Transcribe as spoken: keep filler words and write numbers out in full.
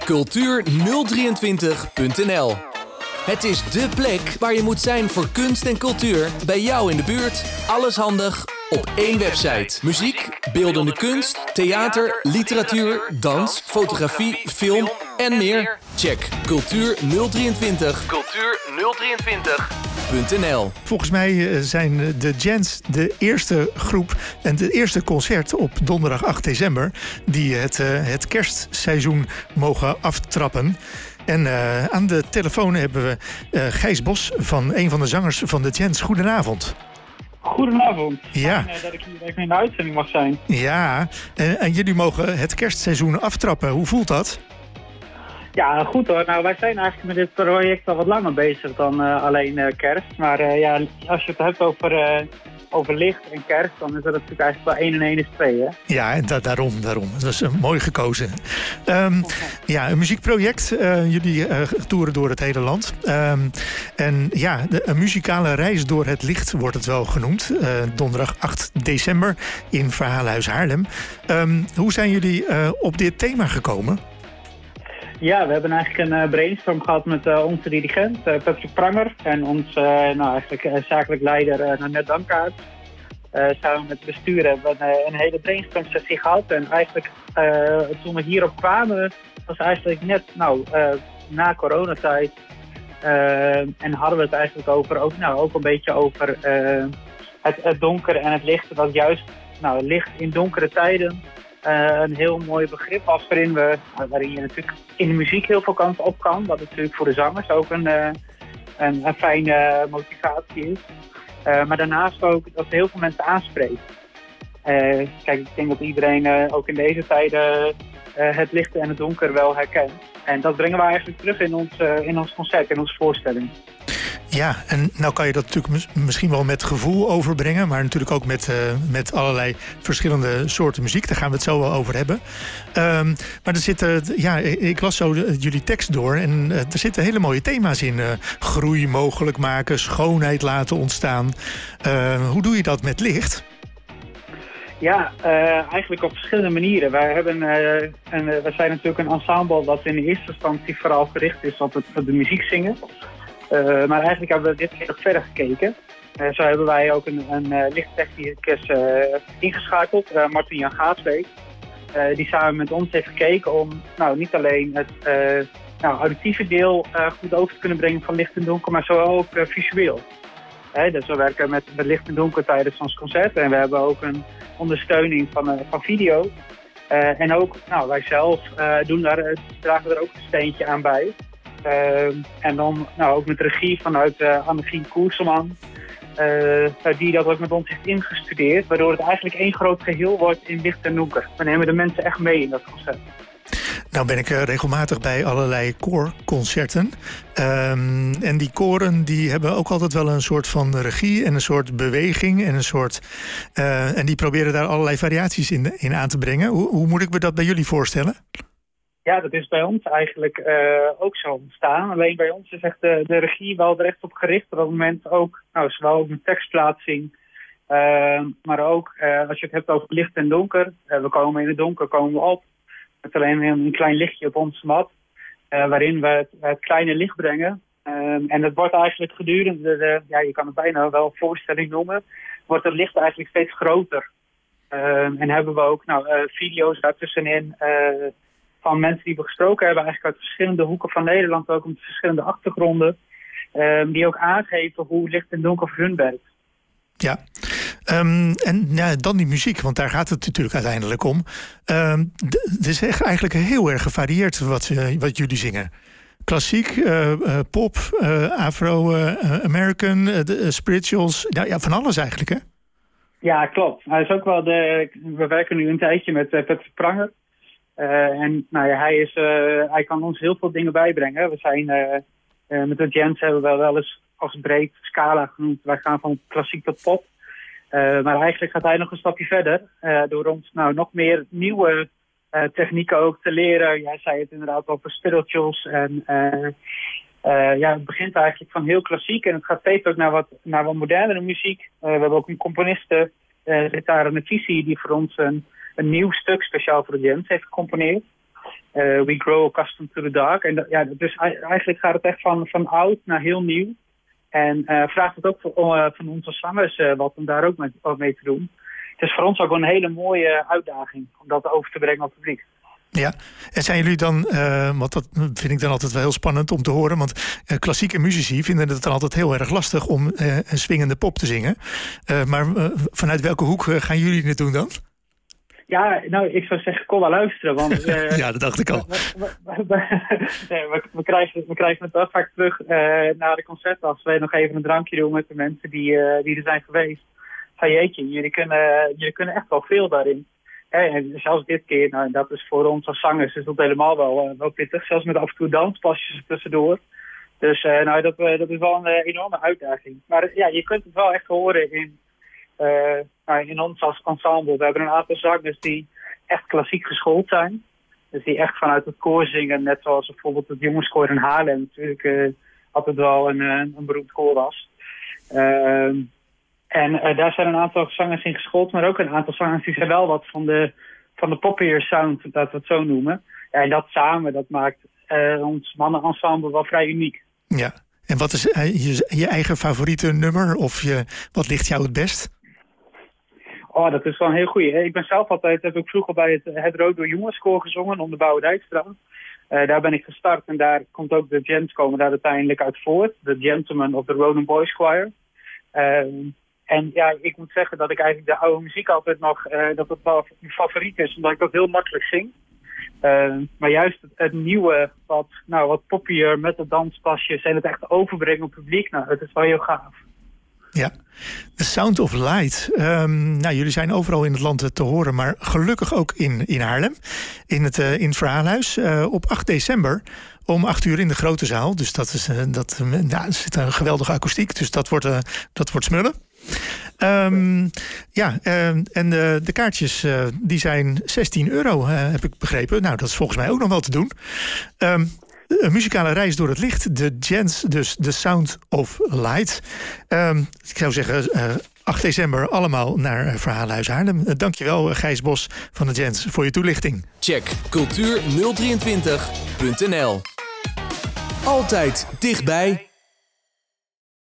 cultuur nul drieëntwintig punt n l. Het is dé plek waar je moet zijn voor kunst en cultuur bij jou in de buurt. Alles handig op één website. Muziek, beeldende kunst, theater, literatuur, dans, fotografie, film en meer. Check cultuur nul drieëntwintig punt n l. Volgens mij zijn de Gents de eerste groep en het eerste concert op donderdag acht december... die het, uh, het kerstseizoen mogen aftrappen. En uh, aan de telefoon hebben we uh, Gijs Bos van een van de zangers van de Gents. Goedenavond. Goedenavond. Ja. Fijn, uh, dat ik hier even in de uitzending mag zijn. Ja, en, en jullie mogen het kerstseizoen aftrappen. Hoe voelt dat? Ja, goed hoor. Nou, wij zijn eigenlijk met dit project al wat langer bezig dan uh, alleen uh, kerst. Maar uh, ja, als je het hebt over, uh, over licht en kerst, dan is dat natuurlijk eigenlijk wel één en één is twee, hè? Ja, da- daarom, daarom. Dat is uh, mooi gekozen. Um, ja, een muziekproject. Uh, jullie uh, toeren door het hele land. Um, en ja, de, een muzikale reis door het licht wordt het wel genoemd. Uh, donderdag acht december in Verhalenhuis Haarlem. Um, hoe zijn jullie uh, op dit thema gekomen? Ja, we hebben eigenlijk een uh, brainstorm gehad met uh, onze dirigent, uh, Patrick Pranger. En ons uh, nou, eigenlijk, uh, zakelijk leider, uh, Nanette Dankaart. Uh, samen met het bestuur hebben we een, een hele brainstorm sessie gehad. En eigenlijk uh, toen we hierop kwamen, was eigenlijk net nou, uh, na coronatijd. Uh, en hadden we het eigenlijk over, ook, nou, ook een beetje over uh, het, het donker en het licht. Dat juist nou, licht in donkere tijden uh, een heel mooi begrip was waarin, we, waarin je natuurlijk in de muziek heel veel kant op kan. Wat natuurlijk voor de zangers ook een, uh, een, een fijne motivatie is. Uh, maar daarnaast ook dat het heel veel mensen aanspreekt. Uh, kijk, ik denk dat iedereen uh, ook in deze tijden uh, het lichte en het donker wel herkent. En dat brengen we eigenlijk terug in ons, uh, in ons concert, in onze voorstelling. Ja, en nou kan je dat natuurlijk mis- misschien wel met gevoel overbrengen, maar natuurlijk ook met, uh, met allerlei verschillende soorten muziek. Daar gaan we het zo wel over hebben. Um, maar er zitten, ja, ik las zo de, jullie tekst door en uh, er zitten hele mooie thema's in. Uh, groei mogelijk maken, schoonheid laten ontstaan. Uh, hoe doe je dat met licht? Ja, uh, eigenlijk op verschillende manieren. Wij, hebben, uh, een, uh, wij zijn natuurlijk een ensemble dat in eerste instantie vooral gericht is op, het, op de muziek zingen. Uh, maar eigenlijk hebben we dit keer nog verder gekeken. Uh, zo hebben wij ook een, een uh, lichttechnicus uh, ingeschakeld, uh, Martin Jan Gaasbeek. Uh, die samen met ons heeft gekeken om nou, niet alleen het uh, nou, auditieve deel uh, goed over te kunnen brengen van licht en donker, maar zo ook uh, visueel. He, dus we werken met, met licht en donker tijdens ons concert en we hebben ook een ondersteuning van, uh, van video. Uh, en ook nou, wij zelf uh, doen daar, uh, dragen er ook een steentje aan bij. Uh, en dan nou, ook met regie vanuit uh, Annegien Koerselman, uh, die dat ook met ons heeft ingestudeerd, waardoor het eigenlijk één groot geheel wordt in licht en donker. We nemen de mensen echt mee in dat concert. Nou ben ik uh, regelmatig bij allerlei koorconcerten. Um, en die koren die hebben ook altijd wel een soort van regie en een soort beweging en een soort. Uh, en die proberen daar allerlei variaties in, in aan te brengen. Hoe, hoe moet ik me dat bij jullie voorstellen? Ja, dat is bij ons eigenlijk uh, ook zo ontstaan. Alleen bij ons is echt de, de regie wel er echt op gericht. Op dat moment ook, nou, zowel met tekstplaatsing, uh, maar ook uh, als je het hebt over licht en donker. Uh, we komen in het donker komen we op met alleen een klein lichtje op onze mat, uh, waarin we het, het kleine licht brengen. Uh, en dat wordt eigenlijk gedurende, de, ja, je kan het bijna wel voorstelling noemen, wordt het licht eigenlijk steeds groter. Uh, en hebben we ook nou, uh, video's daartussenin uh, van mensen die we gesproken hebben, eigenlijk uit verschillende hoeken van Nederland, ook met verschillende achtergronden, uh, die ook aangeven hoe licht en donker voor hun werkt. Ja, um, en ja, dan die muziek, want daar gaat het natuurlijk uiteindelijk om. Um, d- het is echt eigenlijk heel erg gevarieerd wat, uh, wat jullie zingen. Klassiek, uh, uh, pop, uh, Afro-American, uh, uh, spirituals, nou, ja, van alles eigenlijk, hè? Ja, klopt. Hij is ook wel de, we werken nu een tijdje met uh, Patrick Pranger. Uh, en nou ja, hij, is, uh, hij kan ons heel veel dingen bijbrengen. We zijn uh, uh, met de Gents hebben we wel eens als breed scala genoemd. Wij gaan van klassiek tot pop. Uh, maar eigenlijk gaat hij nog een stapje verder. Uh, door ons nou nog meer nieuwe uh, technieken ook te leren. Jij zei het inderdaad over spirituals. En uh, uh, ja, het begint eigenlijk van heel klassiek. En het gaat steeds ook naar wat, naar wat modernere muziek. Uh, we hebben ook een componiste, uh, Ritara Nefisi, die voor ons een, een nieuw stuk speciaal voor de Gents heeft gecomponeerd. Uh, we grow accustomed to the dark. En ja, dus eigenlijk gaat het echt van, van oud naar heel nieuw. En uh, vraagt het ook van, uh, van onze zangers uh, wat om daar ook mee, ook mee te doen. Het is voor ons ook een hele mooie uitdaging om dat over te brengen op het publiek. Ja, en zijn jullie dan, uh, want dat vind ik dan altijd wel heel spannend om te horen, want uh, klassieke muzici vinden het dan altijd heel erg lastig om uh, een swingende pop te zingen. Uh, maar uh, vanuit welke hoek uh, gaan jullie het doen dan? Ja, nou, ik zou zeggen, kom maar luisteren. Want, uh, ja, dat dacht ik al. We, we, we, nee, we, we, krijgen, we krijgen het wel vaak terug uh, na de concerten als we nog even een drankje doen met de mensen die, uh, die er zijn geweest. Van jeetje, jullie kunnen, jullie kunnen echt wel veel daarin. Hey, en zelfs dit keer, nou, dat is voor ons als zangers is dat helemaal wel, uh, wel pittig. Zelfs met af en toe danspasjes tussendoor. Dus uh, nou, dat, uh, dat is wel een uh, enorme uitdaging. Maar uh, ja, je kunt het wel echt horen in, uh, nou, in ons als ensemble. We hebben een aantal zangers die echt klassiek geschoold zijn. Dus die echt vanuit het koor zingen. Net zoals bijvoorbeeld het jongenskoor in Haarlem natuurlijk uh, altijd wel een, uh, een beroemd koor was. Uh, En uh, daar zijn een aantal zangers in geschoold, maar ook een aantal zangers die zijn wel wat van de, van de poppier sound, dat we het zo noemen. Ja, en dat samen, dat maakt uh, ons mannenensemble wel vrij uniek. Ja, en wat is uh, je, je eigen favoriete nummer of je, wat ligt jou het best? Oh, dat is wel een heel goeie. Ik ben zelf altijd, heb ik vroeger bij het, het Rodo Jongenskoor gezongen om de Bouwendijkstraat. Uh, daar ben ik gestart en daar komt ook de gents komen daar uiteindelijk uit voort. De Gentlemen of the Roden Boys Choir. Uh, En ja, ik moet zeggen dat ik eigenlijk de oude muziek altijd nog, uh, dat het wel mijn favoriet is, omdat ik dat heel makkelijk zing. Uh, maar juist het, het nieuwe, wat, nou, wat poppier met de danspasjes en het echt overbrengen op het publiek, nou, het is wel heel gaaf. Ja, The Sound of Light. Um, nou, jullie zijn overal in het land te horen, maar gelukkig ook in, in Haarlem, in het, uh, in het Verhaalhuis, uh, op acht december. Om acht uur in de grote zaal. Dus dat is, uh, dat, uh, nou, er zit een geweldige akoestiek, dus dat wordt, uh, dat wordt smullen. Um, ja, uh, en uh, de kaartjes uh, die zijn zestien euro, uh, heb ik begrepen. Nou, dat is volgens mij ook nog wel te doen. Um, een muzikale reis door het licht. De Gents, dus The Sound of Light. Um, ik zou zeggen, uh, acht december allemaal naar Verhaalhuis Haarlem. Uh, dankjewel, Gijs Bos van de Gents, voor je toelichting. Check cultuur nul drieëntwintig punt n l. Altijd dichtbij.